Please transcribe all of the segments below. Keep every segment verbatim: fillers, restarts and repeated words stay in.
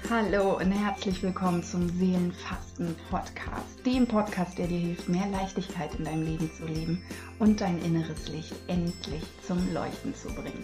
Hallo und herzlich willkommen zum Seelenfasten-Podcast, dem Podcast, der dir hilft, mehr Leichtigkeit in deinem Leben zu leben und dein inneres Licht endlich zum Leuchten zu bringen.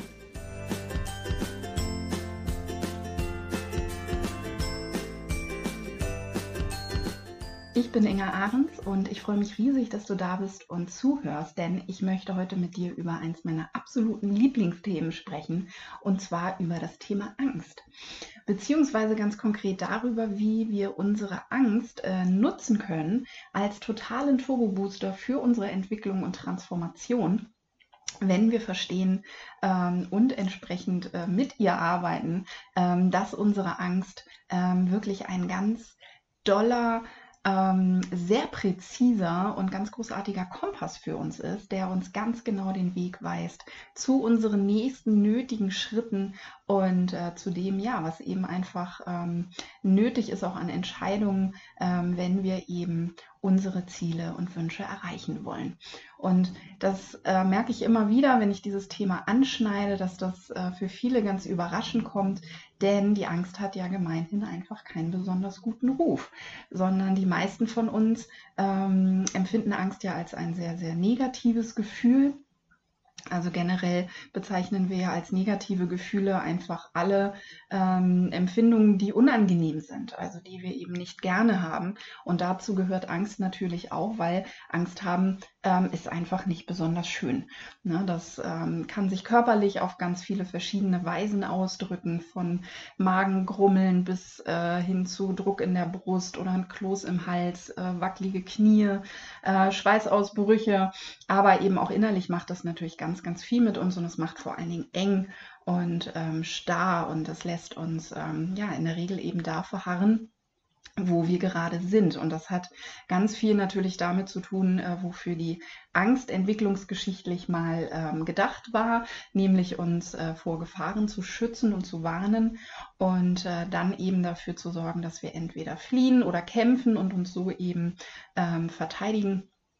Ich bin Inga Ahrens und ich freue mich riesig, dass du da bist und zuhörst, denn ich möchte heute mit dir über eins meiner absoluten Lieblingsthemen sprechen, und zwar über das Thema Angst, beziehungsweise ganz konkret darüber, wie wir unsere Angst äh, nutzen können als totalen Turbo-Booster für unsere Entwicklung und Transformation, wenn wir verstehen ähm, und entsprechend äh, mit ihr arbeiten, ähm, dass unsere Angst ähm, wirklich ein ganz doller, Ähm, sehr präziser und ganz großartiger Kompass für uns ist, der uns ganz genau den Weg weist zu unseren nächsten nötigen Schritten und äh, zu dem, ja, was eben einfach ähm, nötig ist, auch an Entscheidungen, ähm, wenn wir eben unsere Ziele und Wünsche erreichen wollen. Und das äh, merke ich immer wieder, wenn ich dieses Thema anschneide, dass das äh, für viele ganz überraschend kommt, denn die Angst hat ja gemeinhin einfach keinen besonders guten Ruf, sondern die meisten von uns ähm, empfinden Angst ja als ein sehr, sehr negatives Gefühl. Also generell bezeichnen wir ja als negative Gefühle einfach alle ähm, Empfindungen, die unangenehm sind, also die wir eben nicht gerne haben. Und dazu gehört Angst natürlich auch, weil Angst haben ähm, ist einfach nicht besonders schön. Ne, das ähm, kann sich körperlich auf ganz viele verschiedene Weisen ausdrücken, von Magengrummeln bis äh, hin zu Druck in der Brust oder ein Kloß im Hals, äh, wackelige Knie, äh, Schweißausbrüche, aber eben auch innerlich macht das natürlich ganz, ganz viel mit uns, und es macht vor allen Dingen eng und ähm, starr, und das lässt uns ähm, ja in der Regel eben da verharren, wo wir gerade sind. Und das hat ganz viel natürlich damit zu tun, äh, wofür die Angst entwicklungsgeschichtlich mal ähm, gedacht war, nämlich uns äh, vor Gefahren zu schützen und zu warnen und äh, dann eben dafür zu sorgen, dass wir entweder fliehen oder kämpfen und uns so eben ähm, verteidigen.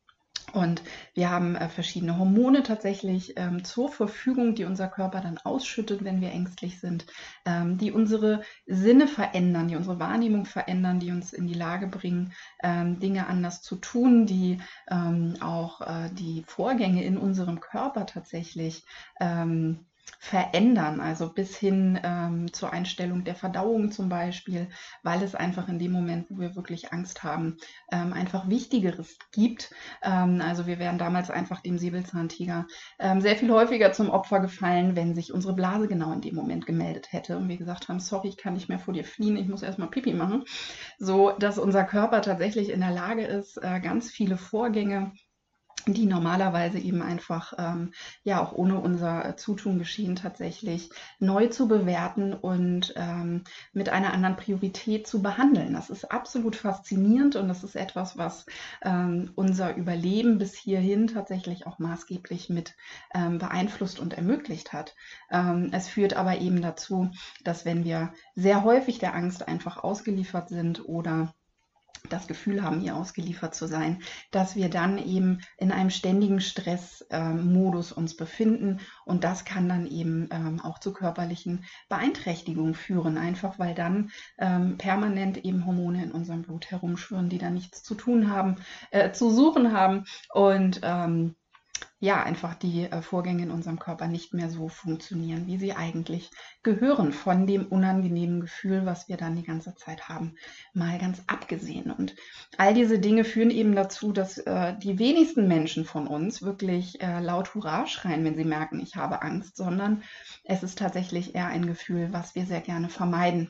Und wir haben äh, verschiedene Hormone tatsächlich ähm, zur Verfügung, die unser Körper dann ausschüttet, wenn wir ängstlich sind, ähm, die unsere Sinne verändern, die unsere Wahrnehmung verändern, die uns in die Lage bringen, ähm, Dinge anders zu tun, die ähm, auch äh, die Vorgänge in unserem Körper tatsächlich ähm, verändern, also bis hin ähm, zur Einstellung der Verdauung zum Beispiel, weil es einfach in dem Moment, wo wir wirklich Angst haben, ähm, einfach Wichtigeres gibt. Ähm, also wir wären damals einfach dem Säbelzahntiger ähm, sehr viel häufiger zum Opfer gefallen, wenn sich unsere Blase genau in dem Moment gemeldet hätte und wir gesagt haben, sorry, ich kann nicht mehr vor dir fliehen, ich muss erstmal Pipi machen. So, dass unser Körper tatsächlich in der Lage ist, äh, ganz viele Vorgänge, die normalerweise eben einfach ähm, ja auch ohne unser Zutun geschehen, tatsächlich neu zu bewerten und ähm, mit einer anderen Priorität zu behandeln. Das ist absolut faszinierend, und das ist etwas, was ähm, unser Überleben bis hierhin tatsächlich auch maßgeblich mit ähm, beeinflusst und ermöglicht hat. Ähm, es führt aber eben dazu, dass wenn wir sehr häufig der Angst einfach ausgeliefert sind oder das Gefühl haben, ihr ausgeliefert zu sein, dass wir dann eben in einem ständigen Stressmodus ähm, uns befinden, und das kann dann eben ähm, auch zu körperlichen Beeinträchtigungen führen, einfach weil dann ähm, permanent eben Hormone in unserem Blut herumschwirren, die da nichts zu tun haben, äh, zu suchen haben, und ähm, ja, einfach die äh, Vorgänge in unserem Körper nicht mehr so funktionieren, wie sie eigentlich gehören, von dem unangenehmen Gefühl, was wir dann die ganze Zeit haben, mal ganz abgesehen. Und all diese Dinge führen eben dazu, dass äh, die wenigsten Menschen von uns wirklich äh, laut Hurra schreien, wenn sie merken, ich habe Angst, sondern es ist tatsächlich eher ein Gefühl, was wir sehr gerne vermeiden.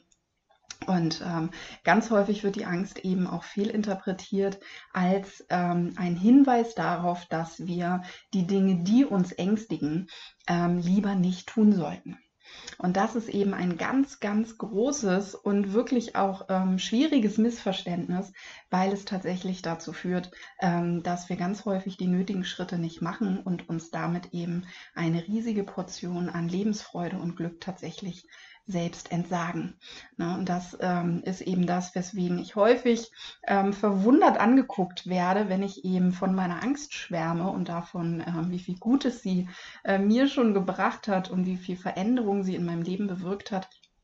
Und ähm, ganz häufig wird die Angst eben auch fehlinterpretiert als ähm, ein Hinweis darauf, dass wir die Dinge, die uns ängstigen, ähm, lieber nicht tun sollten. Und das ist eben ein ganz, ganz großes und wirklich auch ähm, schwieriges Missverständnis, weil es tatsächlich dazu führt, ähm, dass wir ganz häufig die nötigen Schritte nicht machen und uns damit eben eine riesige Portion an Lebensfreude und Glück tatsächlich selbst entsagen. Ne? Und das ähm, ist eben das, weswegen ich häufig ähm, verwundert angeguckt werde, wenn ich eben von meiner Angst schwärme und davon, ähm, wie viel Gutes sie äh, mir schon gebracht hat und wie viel Veränderung sie in meinem Leben bewirkt hat.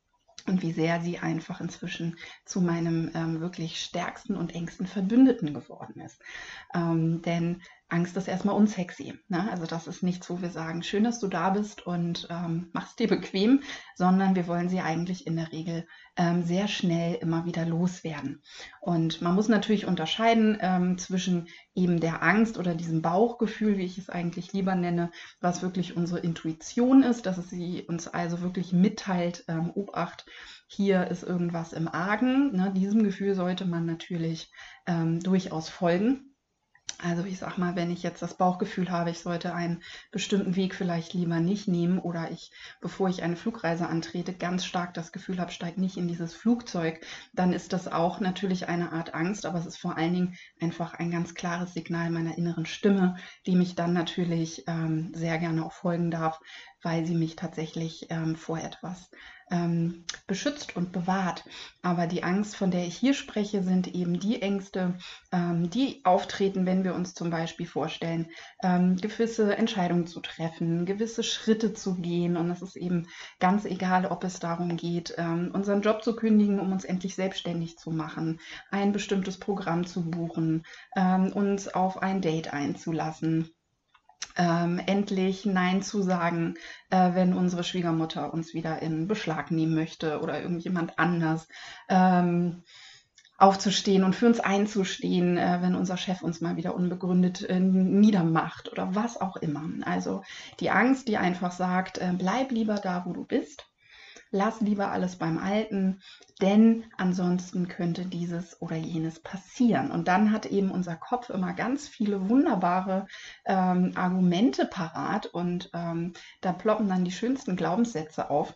und wie sehr sie einfach inzwischen zu meinem ähm, wirklich stärksten und engsten Verbündeten geworden ist. Ähm, denn Angst ist erstmal unsexy. Ne? Also das ist nichts, wo wir sagen, schön, dass du da bist und ähm, mach's dir bequem, sondern wir wollen sie eigentlich in der Regel ähm, sehr schnell immer wieder loswerden. Und man muss natürlich unterscheiden ähm, zwischen eben der Angst oder diesem Bauchgefühl, wie ich es eigentlich lieber nenne, was wirklich unsere Intuition ist, dass es sie uns also wirklich mitteilt, ähm, Obacht, hier ist irgendwas im Argen. Ne? Diesem Gefühl sollte man natürlich ähm, durchaus folgen. Also ich sag mal, wenn ich jetzt das Bauchgefühl habe, ich sollte einen bestimmten Weg vielleicht lieber nicht nehmen oder ich, bevor ich eine Flugreise antrete, ganz stark das Gefühl habe, steig nicht in dieses Flugzeug, dann ist das auch natürlich eine Art Angst, aber es ist vor allen Dingen einfach ein ganz klares Signal meiner inneren Stimme, die mich dann natürlich ähm, sehr gerne auch folgen darf, weil sie mich tatsächlich ähm, vor etwas ähm, beschützt und bewahrt. Aber die Angst, von der ich hier spreche, sind eben die Ängste, ähm, die auftreten, wenn wir uns zum Beispiel vorstellen, ähm, gewisse Entscheidungen zu treffen, gewisse Schritte zu gehen. Und es ist eben ganz egal, ob es darum geht, ähm, unseren Job zu kündigen, um uns endlich selbstständig zu machen, ein bestimmtes Programm zu buchen, ähm, uns auf ein Date einzulassen. Ähm, endlich Nein zu sagen, äh, wenn unsere Schwiegermutter uns wieder in Beschlag nehmen möchte oder irgendjemand anders. Ähm, aufzustehen und für uns einzustehen, äh, wenn unser Chef uns mal wieder unbegründet äh, niedermacht oder was auch immer. Also die Angst, die einfach sagt, äh, bleib lieber da, wo du bist. Lass lieber alles beim Alten, denn ansonsten könnte dieses oder jenes passieren. Und dann hat eben unser Kopf immer ganz viele wunderbare ähm, Argumente parat und ähm, da ploppen dann die schönsten Glaubenssätze auf,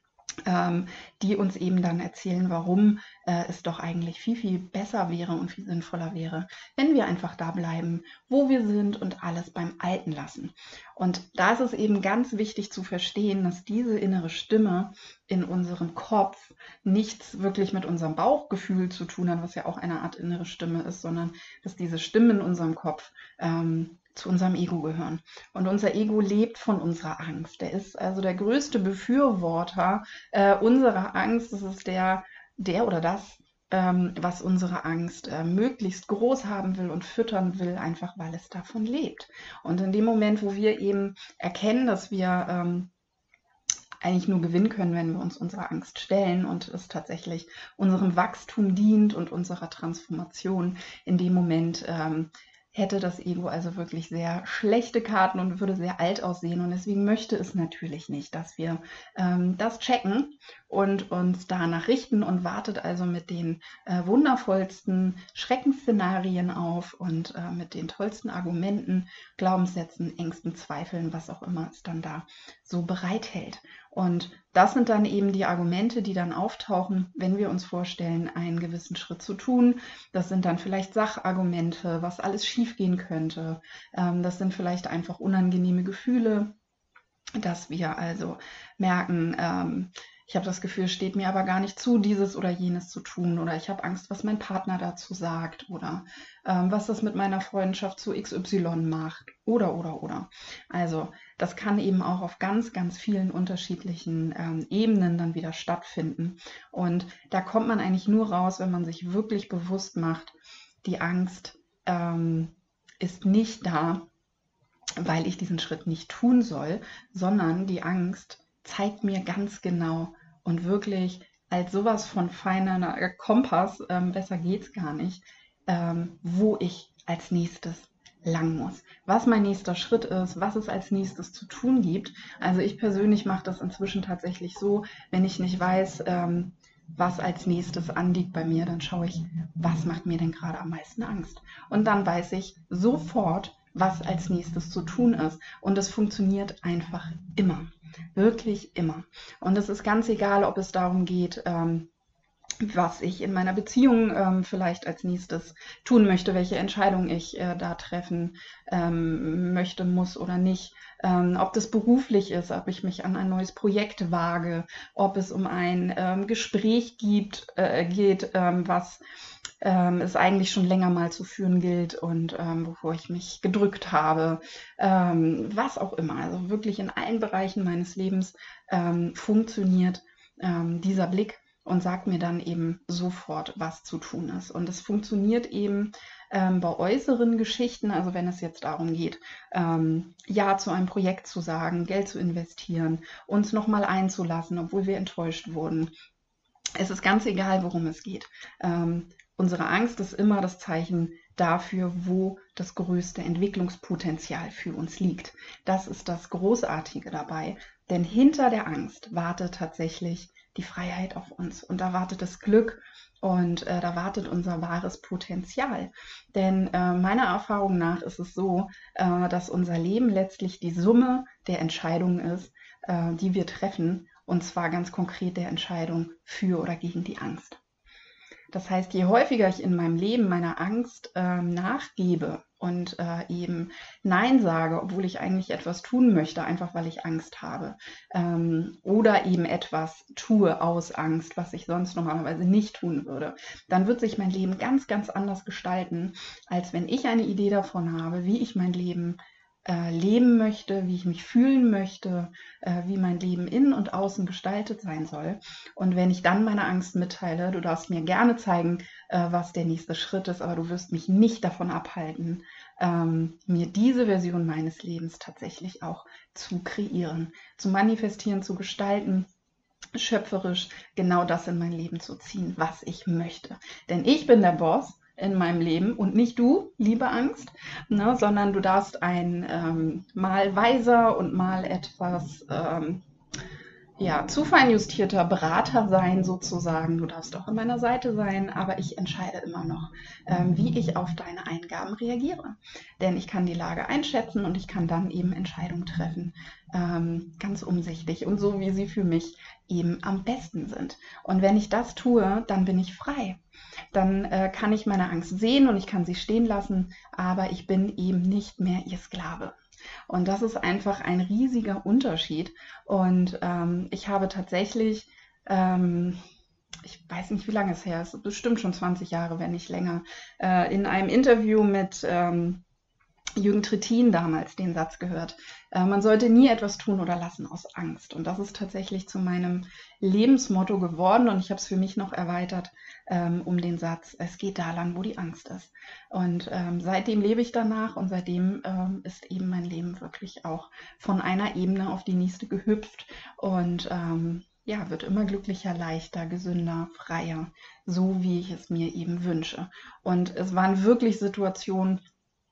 ähm, die uns eben dann erzählen, warum äh, es doch eigentlich viel, viel besser wäre und viel sinnvoller wäre, wenn wir einfach da bleiben, wo wir sind und alles beim Alten lassen. Und da ist es eben ganz wichtig zu verstehen, dass diese innere Stimme in unserem Kopf nichts wirklich mit unserem Bauchgefühl zu tun hat, was ja auch eine Art innere Stimme ist, sondern dass diese Stimmen in unserem Kopf ähm, zu unserem Ego gehören. Und unser Ego lebt von unserer Angst. Der ist also der größte Befürworter äh, unserer Angst. Das ist der, der oder das, ähm, was unsere Angst äh, möglichst groß haben will und füttern will, einfach weil es davon lebt. Und in dem Moment, wo wir eben erkennen, dass wir ähm, eigentlich nur gewinnen können, wenn wir uns unserer Angst stellen und es tatsächlich unserem Wachstum dient und unserer Transformation, in dem Moment ähm, hätte das Ego also wirklich sehr schlechte Karten und würde sehr alt aussehen. Und deswegen möchte es natürlich nicht, dass wir ähm, das checken und uns danach richten und wartet also mit den äh, wundervollsten Schreckensszenarien auf und äh, mit den tollsten Argumenten, Glaubenssätzen, Ängsten, Zweifeln, was auch immer es dann da so bereithält. Und das sind dann eben die Argumente, die dann auftauchen, wenn wir uns vorstellen, einen gewissen Schritt zu tun. Das sind dann vielleicht Sachargumente, was alles schiefgehen könnte. Ähm, das sind vielleicht einfach unangenehme Gefühle, dass wir also merken, ähm, ich habe das Gefühl, es steht mir aber gar nicht zu, dieses oder jenes zu tun. Oder ich habe Angst, was mein Partner dazu sagt. Oder ähm, was das mit meiner Freundschaft zu X Y macht. Oder, oder, oder. Also das kann eben auch auf ganz, ganz vielen unterschiedlichen ähm, Ebenen dann wieder stattfinden. Und da kommt man eigentlich nur raus, wenn man sich wirklich bewusst macht, die Angst ähm, ist nicht da, weil ich diesen Schritt nicht tun soll, sondern die Angst zeigt mir ganz genau und wirklich als sowas von feiner Kompass, ähm, besser geht's gar nicht, ähm, wo ich als nächstes lang muss, was mein nächster Schritt ist, was es als nächstes zu tun gibt. Also ich persönlich mache das inzwischen tatsächlich so, wenn ich nicht weiß, ähm, was als nächstes anliegt bei mir, dann schaue ich, was macht mir denn gerade am meisten Angst. Und dann weiß ich sofort, was als nächstes zu tun ist. Und es funktioniert einfach immer. Wirklich immer. Und es ist ganz egal, ob es darum geht, ähm, was ich in meiner Beziehung ähm, vielleicht als nächstes tun möchte, welche Entscheidung ich äh, da treffen ähm, möchte, muss oder nicht. Ähm, ob das beruflich ist, ob ich mich an ein neues Projekt wage, ob es um ein ähm, Gespräch gibt, äh, geht, ähm, was ähm, es eigentlich schon länger mal zu führen gilt und ähm, wovor ich mich gedrückt habe, ähm, was auch immer. Also wirklich in allen Bereichen meines Lebens ähm, funktioniert ähm, dieser Blick und sagt mir dann eben sofort, was zu tun ist. Und es funktioniert eben ähm, bei äußeren Geschichten, also wenn es jetzt darum geht, ähm, Ja zu einem Projekt zu sagen, Geld zu investieren, uns nochmal einzulassen, obwohl wir enttäuscht wurden. Es ist ganz egal, worum es geht. Ähm, unsere Angst ist immer das Zeichen dafür, wo das größte Entwicklungspotenzial für uns liegt. Das ist das Großartige dabei, denn hinter der Angst wartet tatsächlich die Freiheit auf uns und da wartet das Glück und äh, da wartet unser wahres Potenzial. Denn äh, meiner Erfahrung nach ist es so, äh, dass unser Leben letztlich die Summe der Entscheidungen ist, äh, die wir treffen, und zwar ganz konkret der Entscheidung für oder gegen die Angst. Das heißt, je häufiger ich in meinem Leben meiner Angst äh, nachgebe und äh, eben Nein sage, obwohl ich eigentlich etwas tun möchte, einfach weil ich Angst habe, ähm, oder eben etwas tue aus Angst, was ich sonst normalerweise nicht tun würde, dann wird sich mein Leben ganz, ganz anders gestalten, als wenn ich eine Idee davon habe, wie ich mein Leben äh, leben möchte, wie ich mich fühlen möchte, äh, wie mein Leben innen und außen gestaltet sein soll. Und wenn ich dann meine Angst mitteile, du darfst mir gerne zeigen, äh, was der nächste Schritt ist, aber du wirst mich nicht davon abhalten, ähm, mir diese Version meines Lebens tatsächlich auch zu kreieren, zu manifestieren, zu gestalten, schöpferisch genau das in mein Leben zu ziehen, was ich möchte. Denn ich bin der Boss in meinem Leben und nicht du, liebe Angst, ne, sondern du darfst ein ähm, mal weiser und mal etwas ähm, ja, zu feinjustierter Berater sein sozusagen. Du darfst auch an meiner Seite sein, aber ich entscheide immer noch, ähm, wie ich auf deine Eingaben reagiere. Denn ich kann die Lage einschätzen und ich kann dann eben Entscheidungen treffen, ähm, ganz umsichtig und so, wie sie für mich eben am besten sind. Und wenn ich das tue, dann bin ich frei. Dann äh, kann ich meine Angst sehen und ich kann sie stehen lassen, aber ich bin eben nicht mehr ihr Sklave. Und das ist einfach ein riesiger Unterschied. Und ähm, ich habe tatsächlich, ähm, ich weiß nicht, wie lange es her ist, bestimmt schon zwanzig Jahre, wenn nicht länger, äh, in einem Interview mit ähm, Jürgen Trittin damals den Satz gehört, äh, man sollte nie etwas tun oder lassen aus Angst. Und das ist tatsächlich zu meinem Lebensmotto geworden und ich habe es für mich noch erweitert ähm, um den Satz, es geht da lang, wo die Angst ist. Und ähm, seitdem lebe ich danach und seitdem ähm, ist eben mein Leben wirklich auch von einer Ebene auf die nächste gehüpft und ähm, ja, wird immer glücklicher, leichter, gesünder, freier, so wie ich es mir eben wünsche. Und es waren wirklich Situationen,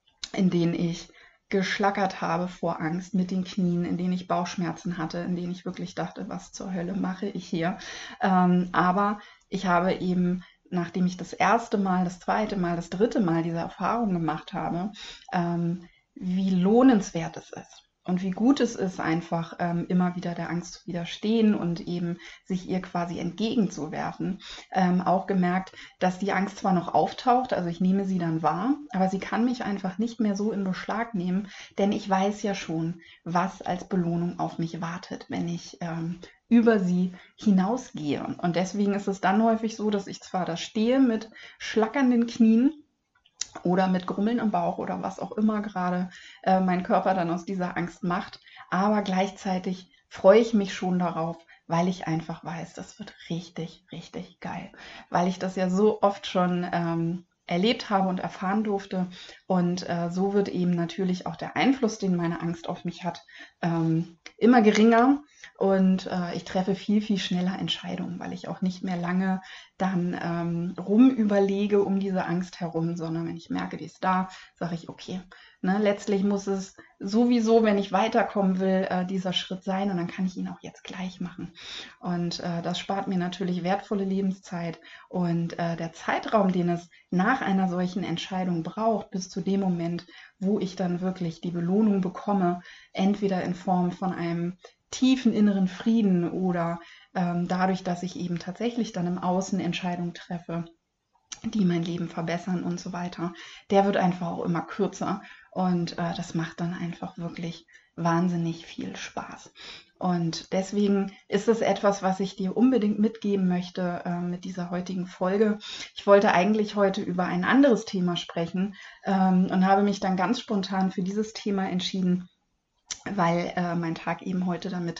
in denen ich geschlackert habe vor Angst mit den Knien, in denen ich Bauchschmerzen hatte, in denen ich wirklich dachte, was zur Hölle mache ich hier. Ähm, aber ich habe eben, nachdem ich das erste Mal, das zweite Mal, das dritte Mal diese Erfahrung gemacht habe, ähm, wie lohnenswert es ist. Und wie gut es ist, einfach ähm, immer wieder der Angst zu widerstehen und eben sich ihr quasi entgegenzuwerfen. Ähm, auch gemerkt, dass die Angst zwar noch auftaucht, also ich nehme sie dann wahr, aber sie kann mich einfach nicht mehr so in Beschlag nehmen, denn ich weiß ja schon, was als Belohnung auf mich wartet, wenn ich ähm, über sie hinausgehe. Und deswegen ist es dann häufig so, dass ich zwar da stehe mit schlackernden Knien, oder mit Grummeln im Bauch oder was auch immer gerade äh, mein Körper dann aus dieser Angst macht. Aber gleichzeitig freue ich mich schon darauf, weil ich einfach weiß, das wird richtig, richtig geil. Weil ich das ja so oft schon ähm, erlebt habe und erfahren durfte. Und äh, so wird eben natürlich auch der Einfluss, den meine Angst auf mich hat, ähm, immer geringer. Und äh, ich treffe viel, viel schneller Entscheidungen, weil ich auch nicht mehr lange dann ähm, rumüberlege um diese Angst herum, sondern wenn ich merke, die ist da, sage ich, okay, ne, letztlich muss es sowieso, wenn ich weiterkommen will, äh, dieser Schritt sein und dann kann ich ihn auch jetzt gleich machen. Und äh, das spart mir natürlich wertvolle Lebenszeit und äh, der Zeitraum, den es nach einer solchen Entscheidung braucht, bis zu dem Moment, wo ich dann wirklich die Belohnung bekomme, entweder in Form von einem tiefen inneren Frieden oder ähm, dadurch, dass ich eben tatsächlich dann im Außen Entscheidungen treffe, die mein Leben verbessern und so weiter, der wird einfach auch immer kürzer und äh, das macht dann einfach wirklich wahnsinnig viel Spaß. Und deswegen ist es etwas, was ich dir unbedingt mitgeben möchte äh, mit dieser heutigen Folge. Ich wollte eigentlich heute über ein anderes Thema sprechen ähm, und habe mich dann ganz spontan für dieses Thema entschieden, weil äh, mein Tag eben heute damit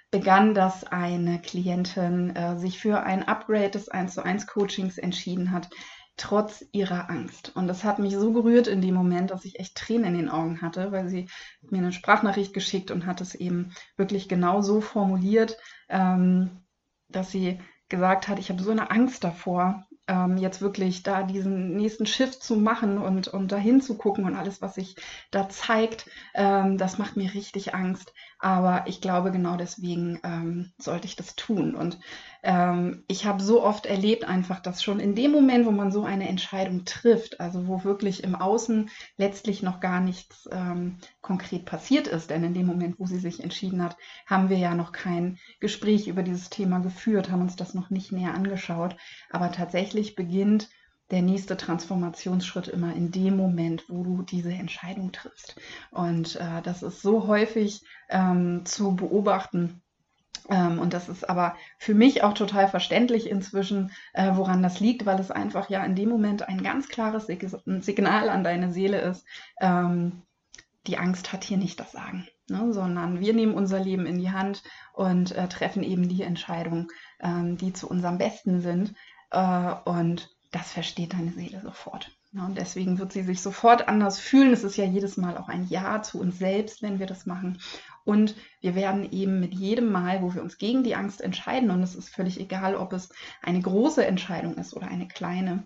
begann, dass eine Klientin äh, sich für ein Upgrade des eins zu eins Coachings entschieden hat, trotz ihrer Angst. Und das hat mich so gerührt in dem Moment, dass ich echt Tränen in den Augen hatte, weil sie mir eine Sprachnachricht geschickt und hat es eben wirklich genau so formuliert, ähm, dass sie gesagt hat, ich habe so eine Angst davor, ähm, jetzt wirklich da diesen nächsten Shift zu machen und, und dahin zu gucken und alles, was sich da zeigt, ähm, das macht mir richtig Angst. Aber ich glaube, genau deswegen ähm, sollte ich das tun. Und ähm, ich habe so oft erlebt einfach, dass schon in dem Moment, wo man so eine Entscheidung trifft, also wo wirklich im Außen letztlich noch gar nichts ähm, konkret passiert ist, denn in dem Moment, wo sie sich entschieden hat, haben wir ja noch kein Gespräch über dieses Thema geführt, haben uns das noch nicht näher angeschaut. Aber tatsächlich beginnt der nächste Transformationsschritt immer in dem Moment, wo du diese Entscheidung triffst. Und äh, das ist so häufig ähm, zu beobachten. Ähm, und das ist aber für mich auch total verständlich inzwischen, äh, woran das liegt, weil es einfach ja in dem Moment ein ganz klares Sig- Signal an deine Seele ist. Ähm, die Angst hat hier nicht das Sagen, ne? Sondern wir nehmen unser Leben in die Hand und äh, treffen eben die Entscheidungen, ähm, die zu unserem Besten sind. Äh, und das versteht deine Seele sofort. Ne? Und deswegen wird sie sich sofort anders fühlen. Es ist ja jedes Mal auch ein Ja zu uns selbst, wenn wir das machen. Und wir werden eben mit jedem Mal, wo wir uns gegen die Angst entscheiden, und es ist völlig egal, ob es eine große Entscheidung ist oder eine kleine,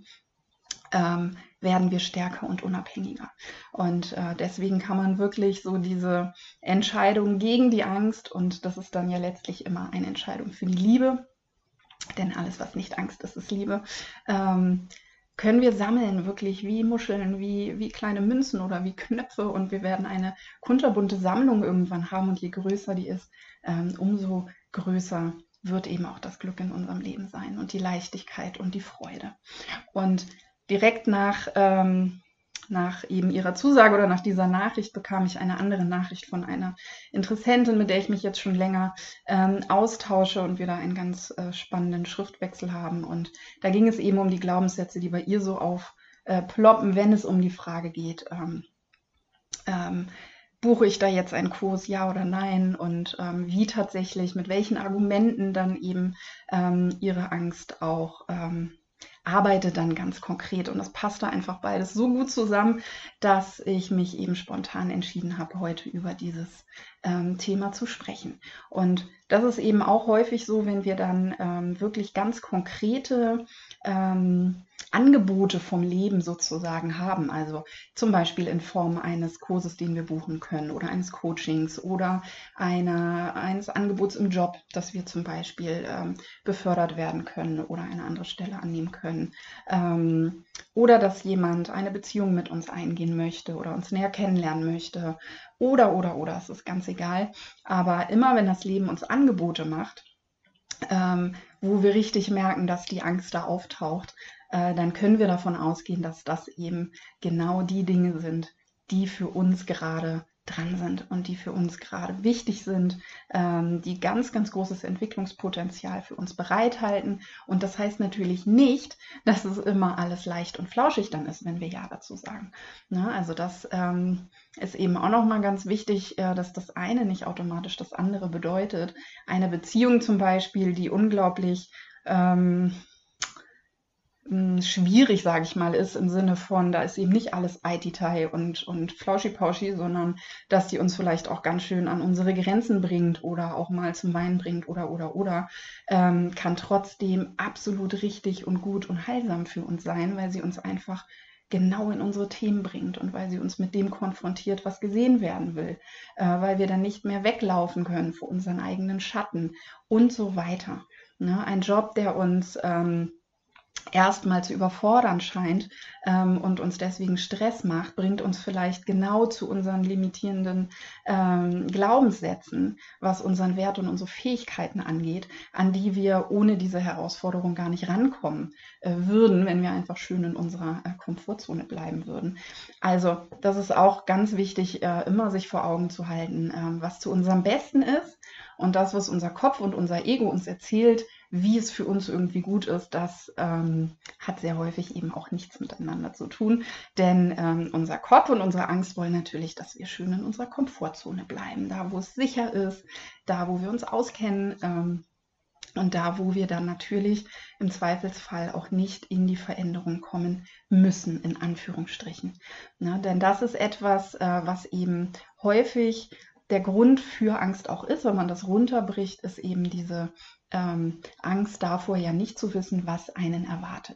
ähm, werden wir stärker und unabhängiger. Und äh, deswegen kann man wirklich so diese Entscheidung gegen die Angst, und das ist dann ja letztlich immer eine Entscheidung für die Liebe, denn alles, was nicht Angst ist, ist Liebe, ähm, können wir sammeln, wirklich wie Muscheln, wie, wie kleine Münzen oder wie Knöpfe, und wir werden eine kunterbunte Sammlung irgendwann haben, und je größer die ist, ähm, umso größer wird eben auch das Glück in unserem Leben sein und die Leichtigkeit und die Freude. Und direkt nach, ähm, nach eben ihrer Zusage oder nach dieser Nachricht bekam ich eine andere Nachricht von einer Interessentin, mit der ich mich jetzt schon länger ähm, austausche und wir da einen ganz äh, spannenden Schriftwechsel haben. Und da ging es eben um die Glaubenssätze, die bei ihr so aufploppen, wenn es um die Frage geht, ähm, ähm, buche ich da jetzt einen Kurs, ja oder nein, und ähm, wie tatsächlich, mit welchen Argumenten dann eben ähm, ihre Angst auch ähm, arbeitet dann ganz konkret. Und das passte einfach beides so gut zusammen, dass ich mich eben spontan entschieden habe, heute über dieses ähm, Thema zu sprechen. Und das ist eben auch häufig so, wenn wir dann ähm, wirklich ganz konkrete ähm, Angebote vom Leben sozusagen haben, also zum Beispiel in Form eines Kurses, den wir buchen können, oder eines Coachings oder einer, eines Angebots im Job, dass wir zum Beispiel ähm, befördert werden können oder eine andere Stelle annehmen können, ähm, oder dass jemand eine Beziehung mit uns eingehen möchte oder uns näher kennenlernen möchte, oder, oder, oder, es ist ganz egal. Aber immer wenn das Leben uns Angebote macht, ähm, wo wir richtig merken, dass die Angst da auftaucht, äh, dann können wir davon ausgehen, dass das eben genau die Dinge sind, die für uns gerade dran sind und die für uns gerade wichtig sind, ähm, die ganz, ganz großes Entwicklungspotenzial für uns bereithalten. Und das heißt natürlich nicht, dass es immer alles leicht und flauschig dann ist, wenn wir Ja dazu sagen. Ne? Also das ähm, ist eben auch nochmal ganz wichtig, äh, dass das eine nicht automatisch das andere bedeutet. Eine Beziehung zum Beispiel, die unglaublich ähm, schwierig, sage ich mal, ist im Sinne von, da ist eben nicht alles Ai-Titai und, und Flauschi-Pauschi, sondern dass die uns vielleicht auch ganz schön an unsere Grenzen bringt oder auch mal zum Weinen bringt oder, oder, oder, ähm, kann trotzdem absolut richtig und gut und heilsam für uns sein, weil sie uns einfach genau in unsere Themen bringt und weil sie uns mit dem konfrontiert, was gesehen werden will, äh, weil wir dann nicht mehr weglaufen können vor unseren eigenen Schatten und so weiter. Ne? Ein Job, der uns ähm, erstmal zu überfordern scheint ähm, und uns deswegen Stress macht, bringt uns vielleicht genau zu unseren limitierenden ähm, Glaubenssätzen, was unseren Wert und unsere Fähigkeiten angeht, an die wir ohne diese Herausforderung gar nicht rankommen äh, würden, wenn wir einfach schön in unserer äh, Komfortzone bleiben würden. Also das ist auch ganz wichtig, äh, immer sich vor Augen zu halten, äh, was zu unserem Besten ist, und das, was unser Kopf und unser Ego uns erzählt, wie es für uns irgendwie gut ist, das ähm, hat sehr häufig eben auch nichts miteinander zu tun. Denn ähm, unser Kopf und unsere Angst wollen natürlich, dass wir schön in unserer Komfortzone bleiben, da wo es sicher ist, da wo wir uns auskennen. Ähm, Und da, wo wir dann natürlich im Zweifelsfall auch nicht in die Veränderung kommen müssen, in Anführungsstrichen. Na, denn das ist etwas, äh, was eben häufig der Grund für Angst auch ist, wenn man das runterbricht, ist eben diese ähm, Angst davor, ja nicht zu wissen, was einen erwartet.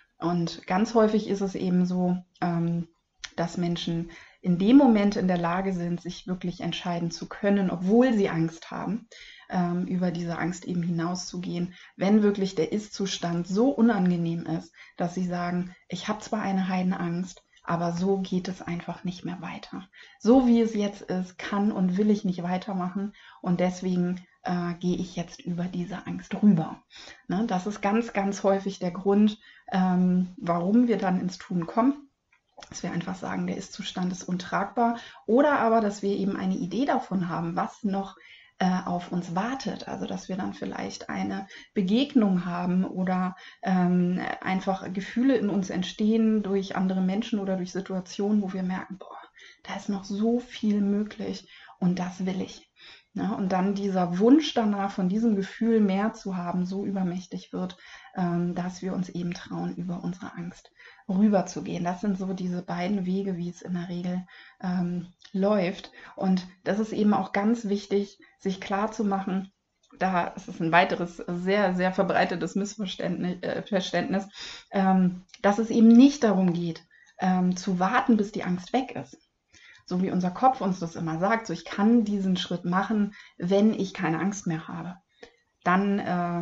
Und ganz häufig ist es eben so, ähm, dass Menschen in dem Moment in der Lage sind, sich wirklich entscheiden zu können, obwohl sie Angst haben, ähm, über diese Angst eben hinauszugehen, wenn wirklich der Ist-Zustand so unangenehm ist, dass sie sagen, ich habe zwar eine Heidenangst, aber so geht es einfach nicht mehr weiter. So wie es jetzt ist, kann und will ich nicht weitermachen und deswegen äh, gehe ich jetzt über diese Angst rüber. Ne, das ist ganz, ganz häufig der Grund, ähm, warum wir dann ins Tun kommen. Dass wir einfach sagen, der Ist-Zustand ist untragbar oder aber, dass wir eben eine Idee davon haben, was noch äh, auf uns wartet. Also, dass wir dann vielleicht eine Begegnung haben oder ähm, einfach Gefühle in uns entstehen durch andere Menschen oder durch Situationen, wo wir merken, boah, da ist noch so viel möglich und das will ich. Ja, und dann dieser Wunsch danach, von diesem Gefühl mehr zu haben, so übermächtig wird, ähm, dass wir uns eben trauen, über unsere Angst rüberzugehen. Das sind so diese beiden Wege, wie es in der Regel ähm, läuft. Und das ist eben auch ganz wichtig, sich klar zu machen, da ist es ein weiteres sehr, sehr verbreitetes Missverständnis, äh, Verständnis, ähm, dass es eben nicht darum geht, ähm, zu warten, bis die Angst weg ist. So wie unser Kopf uns das immer sagt, so ich kann diesen Schritt machen, wenn ich keine Angst mehr habe. Dann äh,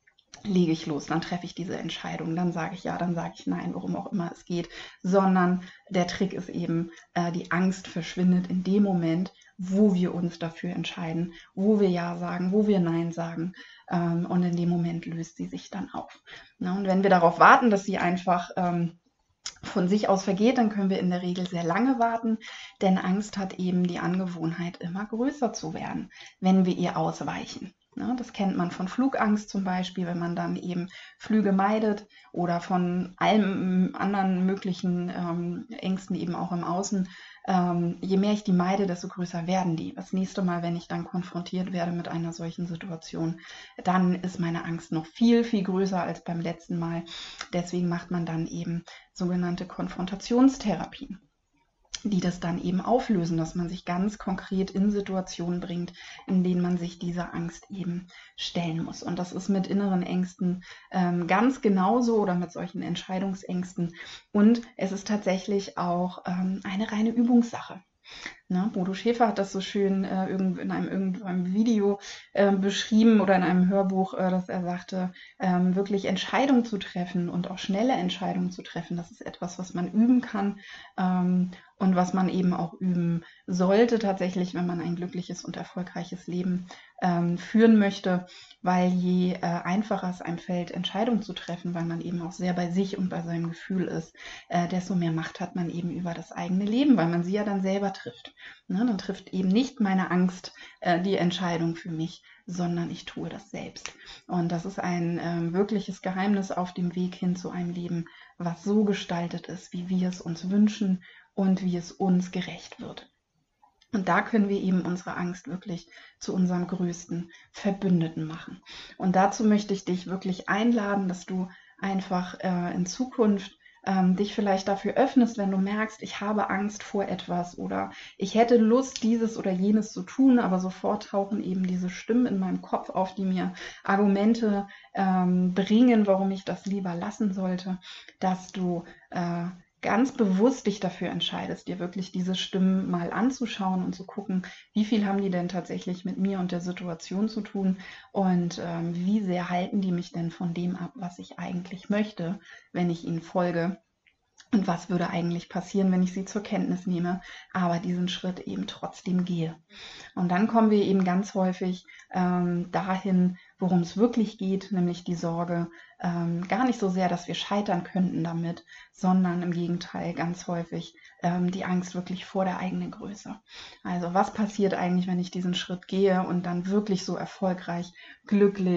lege ich los, dann treffe ich diese Entscheidung, dann sage ich ja, dann sage ich nein, worum auch immer es geht, sondern der Trick ist eben, äh, die Angst verschwindet in dem Moment, wo wir uns dafür entscheiden, wo wir ja sagen, wo wir nein sagen ähm, und in dem Moment löst sie sich dann auf. Na, und wenn wir darauf warten, dass sie einfach ähm, von sich aus vergeht, dann können wir in der Regel sehr lange warten, denn Angst hat eben die Angewohnheit, immer größer zu werden, wenn wir ihr ausweichen. Ja, das kennt man von Flugangst zum Beispiel, wenn man dann eben Flüge meidet oder von allen anderen möglichen ähm, Ängsten eben auch im Außen. Ähm, je mehr ich die meide, desto größer werden die. Das nächste Mal, wenn ich dann konfrontiert werde mit einer solchen Situation, dann ist meine Angst noch viel, viel größer als beim letzten Mal. Deswegen macht man dann eben sogenannte Konfrontationstherapien, die das dann eben auflösen, dass man sich ganz konkret in Situationen bringt, in denen man sich dieser Angst eben stellen muss. Und das ist mit inneren Ängsten ähm, ganz genauso oder mit solchen Entscheidungsängsten. Und es ist tatsächlich auch ähm, eine reine Übungssache. Ne? Bodo Schäfer hat das so schön äh, in einem irgendeinem Video äh, beschrieben oder in einem Hörbuch, äh, dass er sagte, ähm, wirklich Entscheidungen zu treffen und auch schnelle Entscheidungen zu treffen, das ist etwas, was man üben kann ähm, und was man eben auch üben sollte tatsächlich, wenn man ein glückliches und erfolgreiches Leben ähm, führen möchte, weil je äh, einfacher es einem fällt, Entscheidungen zu treffen, weil man eben auch sehr bei sich und bei seinem Gefühl ist, äh, desto mehr Macht hat man eben über das eigene Leben, weil man sie ja dann selber trifft. Ne, dann trifft eben nicht meine Angst äh, die Entscheidung für mich, sondern ich tue das selbst. Und das ist ein ähm, wirkliches Geheimnis auf dem Weg hin zu einem Leben, was so gestaltet ist, wie wir es uns wünschen und wie es uns gerecht wird. Und da können wir eben unsere Angst wirklich zu unserem größten Verbündeten machen. Und dazu möchte ich dich wirklich einladen, dass du einfach äh, in Zukunft ähm, dich vielleicht dafür öffnest, wenn du merkst, ich habe Angst vor etwas oder ich hätte Lust, dieses oder jenes zu tun, aber sofort tauchen eben diese Stimmen in meinem Kopf auf, die mir Argumente ähm, bringen, warum ich das lieber lassen sollte, dass du äh, ganz bewusst dich dafür entscheidest, dir wirklich diese Stimmen mal anzuschauen und zu gucken, wie viel haben die denn tatsächlich mit mir und der Situation zu tun und ähm, wie sehr halten die mich denn von dem ab, was ich eigentlich möchte, wenn ich ihnen folge. Und was würde eigentlich passieren, wenn ich sie zur Kenntnis nehme, aber diesen Schritt eben trotzdem gehe. Und dann kommen wir eben ganz häufig ähm, dahin, worum es wirklich geht, nämlich die Sorge, ähm, gar nicht so sehr, dass wir scheitern könnten damit, sondern im Gegenteil ganz häufig ähm, die Angst wirklich vor der eigenen Größe. Also was passiert eigentlich, wenn ich diesen Schritt gehe und dann wirklich so erfolgreich, glücklich,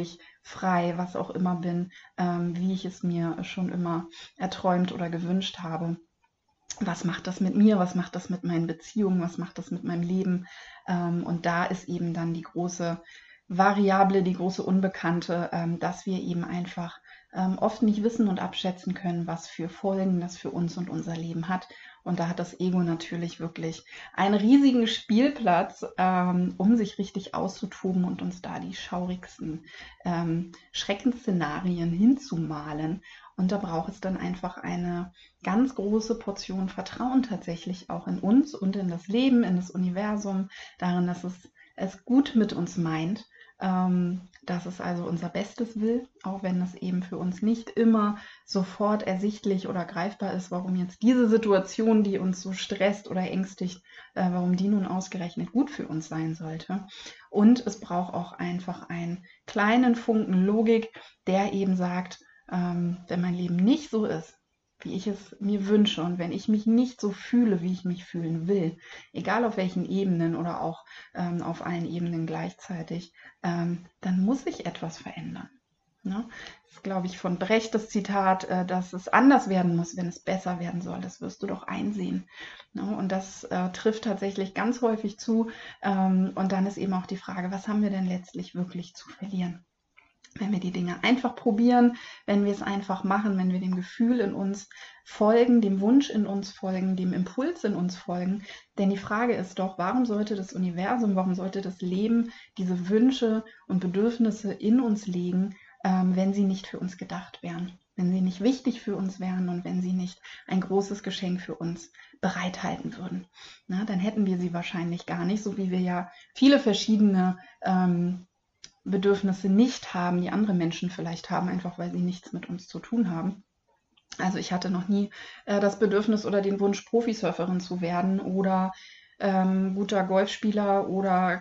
frei, was auch immer bin, ähm, wie ich es mir schon immer erträumt oder gewünscht habe. Was macht das mit mir? Was macht das mit meinen Beziehungen? Was macht das mit meinem Leben? Ähm, und da ist eben dann die große Variable, die große Unbekannte, ähm, dass wir eben einfach ähm, oft nicht wissen und abschätzen können, was für Folgen das für uns und unser Leben hat. Und da hat das Ego natürlich wirklich einen riesigen Spielplatz, ähm, um sich richtig auszutoben und uns da die schaurigsten ähm, Schreckensszenarien hinzumalen. Und da braucht es dann einfach eine ganz große Portion Vertrauen tatsächlich auch in uns und in das Leben, in das Universum, darin, dass es es gut mit uns meint, ähm, dass es also unser Bestes will, auch wenn das eben für uns nicht immer sofort ersichtlich oder greifbar ist, warum jetzt diese Situation, die uns so stresst oder ängstigt, äh, warum die nun ausgerechnet gut für uns sein sollte. Und es braucht auch einfach einen kleinen Funken Logik, der eben sagt, ähm, wenn mein Leben nicht so ist, wie ich es mir wünsche und wenn ich mich nicht so fühle, wie ich mich fühlen will, egal auf welchen Ebenen oder auch ähm, auf allen Ebenen gleichzeitig, ähm, dann muss ich etwas verändern. Ne? Das ist, glaube ich, von Brecht das Zitat, äh, dass es anders werden muss, wenn es besser werden soll. Das wirst du doch einsehen. Ne? Und das äh, trifft tatsächlich ganz häufig zu. Ähm, und dann ist eben auch die Frage, was haben wir denn letztlich wirklich zu verlieren? Wenn wir die Dinge einfach probieren, wenn wir es einfach machen, wenn wir dem Gefühl in uns folgen, dem Wunsch in uns folgen, dem Impuls in uns folgen. Denn die Frage ist doch, warum sollte das Universum, warum sollte das Leben diese Wünsche und Bedürfnisse in uns legen, ähm, wenn sie nicht für uns gedacht wären, wenn sie nicht wichtig für uns wären und wenn sie nicht ein großes Geschenk für uns bereithalten würden. Na, dann hätten wir sie wahrscheinlich gar nicht, so wie wir ja viele verschiedene ähm, Bedürfnisse nicht haben, die andere Menschen vielleicht haben, einfach weil sie nichts mit uns zu tun haben. Also ich hatte noch nie äh, das Bedürfnis oder den Wunsch, Profisurferin zu werden oder ähm, guter Golfspieler oder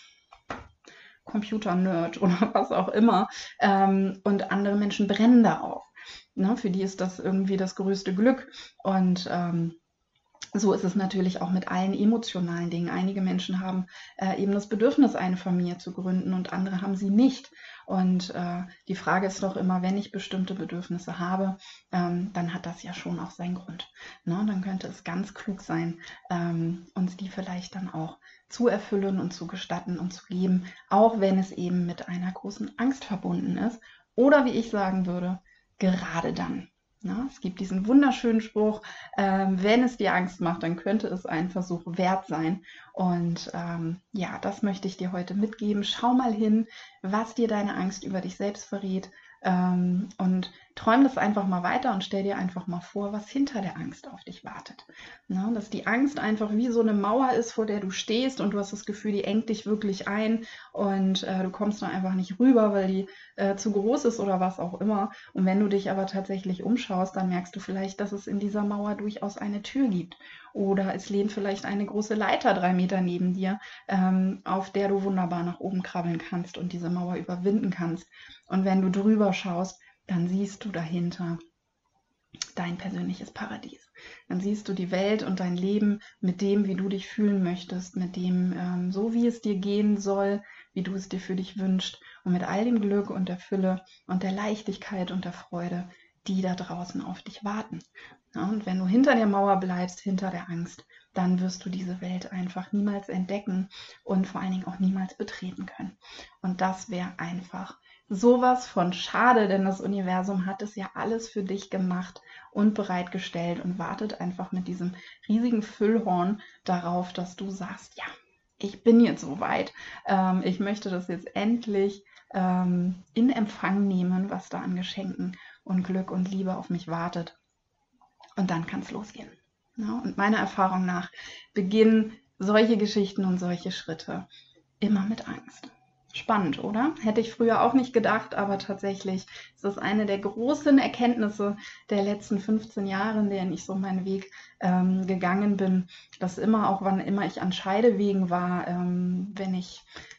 Computer-Nerd oder was auch immer. Ähm, und andere Menschen brennen da auf. Ne? Für die ist das irgendwie das größte Glück. Und ähm, so ist es natürlich auch mit allen emotionalen Dingen. Einige Menschen haben äh, eben das Bedürfnis, eine Familie zu gründen und andere haben sie nicht. Und äh, die Frage ist doch immer, wenn ich bestimmte Bedürfnisse habe, ähm, dann hat das ja schon auch seinen Grund. Ne? Dann könnte es ganz klug sein, ähm, uns die vielleicht dann auch zu erfüllen und zu gestatten und zu geben, auch wenn es eben mit einer großen Angst verbunden ist. Oder wie ich sagen würde, gerade dann. Ja, es gibt diesen wunderschönen Spruch, ähm, wenn es dir Angst macht, dann könnte es einen Versuch wert sein. Und ähm, ja, das möchte ich dir heute mitgeben. Schau mal hin, was dir deine Angst über dich selbst verrät. Ähm, und träum das einfach mal weiter und stell dir einfach mal vor, was hinter der Angst auf dich wartet. Ja, dass die Angst einfach wie so eine Mauer ist, vor der du stehst und du hast das Gefühl, die engt dich wirklich ein und äh, du kommst da einfach nicht rüber, weil die äh, zu groß ist oder was auch immer. Und wenn du dich aber tatsächlich umschaust, dann merkst du vielleicht, dass es in dieser Mauer durchaus eine Tür gibt. Oder es lehnt vielleicht eine große Leiter drei Meter neben dir, ähm, auf der du wunderbar nach oben krabbeln kannst und diese Mauer überwinden kannst. Und wenn du drüber schaust, dann siehst du dahinter dein persönliches Paradies. Dann siehst du die Welt und dein Leben mit dem, wie du dich fühlen möchtest, mit dem, ähm, so wie es dir gehen soll, wie du es dir für dich wünschst und mit all dem Glück und der Fülle und der Leichtigkeit und der Freude, die da draußen auf dich warten. Ja, und wenn du hinter der Mauer bleibst, hinter der Angst, dann wirst du diese Welt einfach niemals entdecken und vor allen Dingen auch niemals betreten können. Und das wäre einfach sowas von schade, denn das Universum hat es ja alles für dich gemacht und bereitgestellt und wartet einfach mit diesem riesigen Füllhorn darauf, dass du sagst, ja, ich bin jetzt soweit. Ähm, ich möchte das jetzt endlich ähm, in Empfang nehmen, was da an Geschenken und Glück und Liebe auf mich wartet. Und dann kann es losgehen. Ja, und meiner Erfahrung nach beginnen solche Geschichten und solche Schritte immer mit Angst. Spannend, oder? Hätte ich früher auch nicht gedacht, aber tatsächlich ist das eine der großen Erkenntnisse der letzten fünfzehn Jahre, in denen ich so meinen Weg ähm, gegangen bin, dass immer, auch wann immer ich an Scheidewegen war, ähm, wenn ich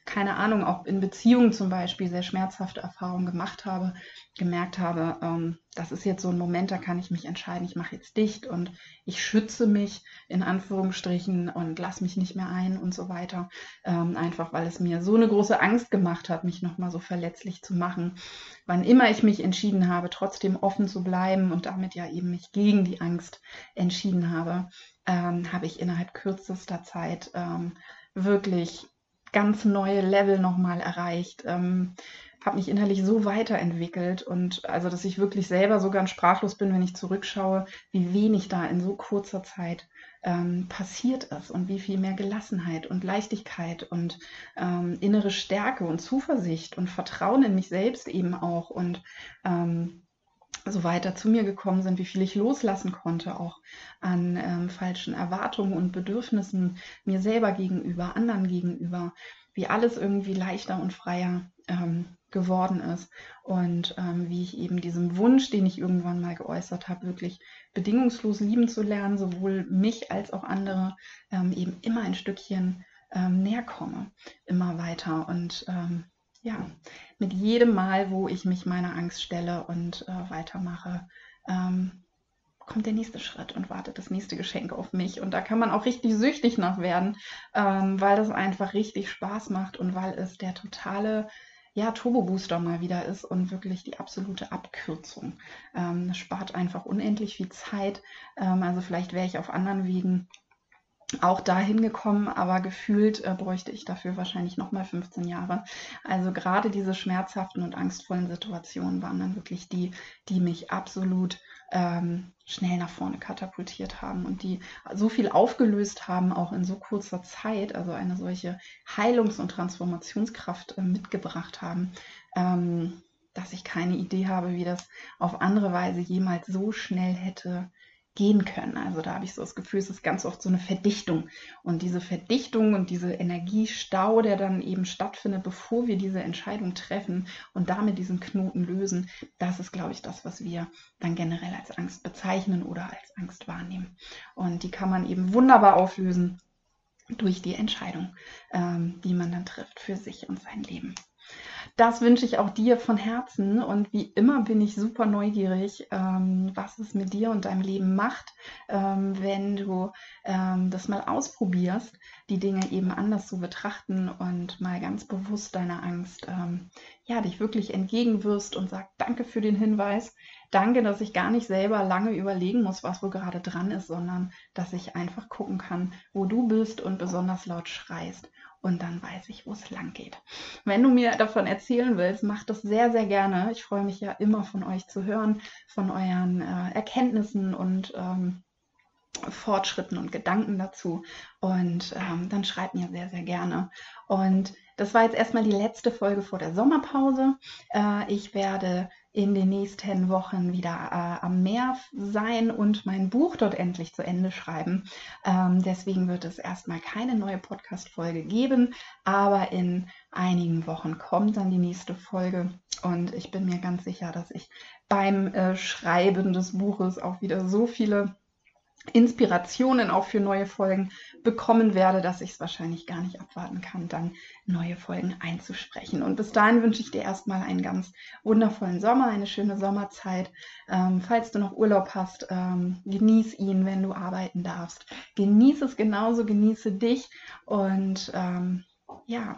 keine Ahnung, auch in Beziehungen zum Beispiel sehr schmerzhafte Erfahrungen gemacht habe, gemerkt habe, ähm, das ist jetzt so ein Moment, da kann ich mich entscheiden, ich mache jetzt dicht und ich schütze mich in Anführungsstrichen und lasse mich nicht mehr ein und so weiter. Ähm, einfach weil es mir so eine große Angst gemacht hat, mich nochmal so verletzlich zu machen. Wann immer ich mich entschieden habe, trotzdem offen zu bleiben und damit ja eben mich gegen die Angst entschieden habe, ähm, habe ich innerhalb kürzester Zeit ähm, wirklich ganz neue Level nochmal erreicht, ähm, habe mich innerlich so weiterentwickelt und also, dass ich wirklich selber so ganz sprachlos bin, wenn ich zurückschaue, wie wenig da in so kurzer Zeit ähm, passiert ist und wie viel mehr Gelassenheit und Leichtigkeit und ähm, innere Stärke und Zuversicht und Vertrauen in mich selbst eben auch und ähm, so weiter zu mir gekommen sind, wie viel ich loslassen konnte, auch an ähm, falschen Erwartungen und Bedürfnissen mir selber gegenüber, anderen gegenüber, wie alles irgendwie leichter und freier ähm, geworden ist und ähm, wie ich eben diesem Wunsch, den ich irgendwann mal geäußert habe, wirklich bedingungslos lieben zu lernen, sowohl mich als auch andere, ähm, eben immer ein Stückchen ähm, näher komme, immer weiter und ähm, ja, mit jedem Mal, wo ich mich meiner Angst stelle und äh, weitermache, ähm, kommt der nächste Schritt und wartet das nächste Geschenk auf mich. Und da kann man auch richtig süchtig nach werden, ähm, weil das einfach richtig Spaß macht und weil es der totale ja, Turbo-Booster mal wieder ist und wirklich die absolute Abkürzung. Ähm, das spart einfach unendlich viel Zeit. Ähm, also vielleicht wäre ich auf anderen Wegen auch dahin gekommen, aber gefühlt äh, bräuchte ich dafür wahrscheinlich nochmal fünfzehn Jahre. Also gerade diese schmerzhaften und angstvollen Situationen waren dann wirklich die, die mich absolut ähm, schnell nach vorne katapultiert haben und die so viel aufgelöst haben, auch in so kurzer Zeit, also eine solche Heilungs- und Transformationskraft äh, mitgebracht haben, ähm, dass ich keine Idee habe, wie das auf andere Weise jemals so schnell hätte gehen können. Also da habe ich so das Gefühl, es ist ganz oft so eine Verdichtung. Und diese Verdichtung und diese Energiestau, der dann eben stattfindet, bevor wir diese Entscheidung treffen und damit diesen Knoten lösen, das ist, glaube ich, das, was wir dann generell als Angst bezeichnen oder als Angst wahrnehmen. Und die kann man eben wunderbar auflösen durch die Entscheidung, ähm, die man dann trifft für sich und sein Leben. Das wünsche ich auch dir von Herzen und wie immer bin ich super neugierig, ähm, was es mit dir und deinem Leben macht, ähm, wenn du ähm, das mal ausprobierst, die Dinge eben anders zu betrachten und mal ganz bewusst deiner Angst, ähm, ja, dich wirklich entgegenwirfst und sagst, danke für den Hinweis, danke, dass ich gar nicht selber lange überlegen muss, was wohl gerade dran ist, sondern dass ich einfach gucken kann, wo du bist und besonders laut schreist. Und dann weiß ich, wo es lang geht. Wenn du mir davon erzählen willst, mach das sehr, sehr gerne. Ich freue mich ja immer von euch zu hören, von euren äh, Erkenntnissen und ähm, Fortschritten und Gedanken dazu. Und ähm, dann schreib mir sehr, sehr gerne. Und das war jetzt erstmal die letzte Folge vor der Sommerpause. Äh, ich werde in den nächsten Wochen wieder äh, am Meer sein und mein Buch dort endlich zu Ende schreiben. Ähm, deswegen wird es erstmal keine neue Podcast-Folge geben, aber in einigen Wochen kommt dann die nächste Folge und ich bin mir ganz sicher, dass ich beim äh, Schreiben des Buches auch wieder so viele Inspirationen auch für neue Folgen bekommen werde, dass ich es wahrscheinlich gar nicht abwarten kann, dann neue Folgen einzusprechen. Und bis dahin wünsche ich dir erstmal einen ganz wundervollen Sommer, eine schöne Sommerzeit. Ähm, falls du noch Urlaub hast, ähm, genieß ihn, wenn du arbeiten darfst. Genieß es genauso, genieße dich und ähm, ja,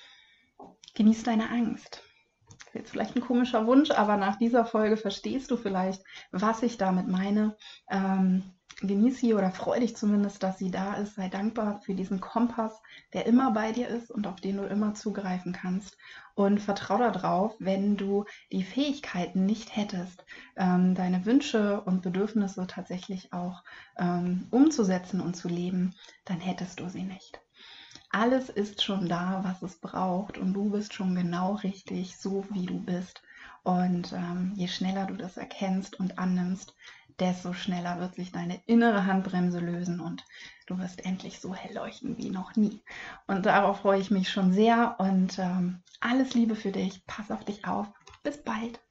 genieß deine Angst. Das ist jetzt vielleicht ein komischer Wunsch, aber nach dieser Folge verstehst du vielleicht, was ich damit meine. Ähm, genieß sie oder freu dich zumindest, dass sie da ist. Sei dankbar für diesen Kompass, der immer bei dir ist und auf den du immer zugreifen kannst. Und vertraue darauf, wenn du die Fähigkeiten nicht hättest, ähm, deine Wünsche und Bedürfnisse tatsächlich auch ähm, umzusetzen und zu leben, dann hättest du sie nicht. Alles ist schon da, was es braucht und du bist schon genau richtig, so wie du bist. Und ähm, je schneller du das erkennst und annimmst, desto schneller wird sich deine innere Handbremse lösen und du wirst endlich so hell leuchten wie noch nie. Und darauf freue ich mich schon sehr und ähm, alles Liebe für dich. Pass auf dich auf. Bis bald.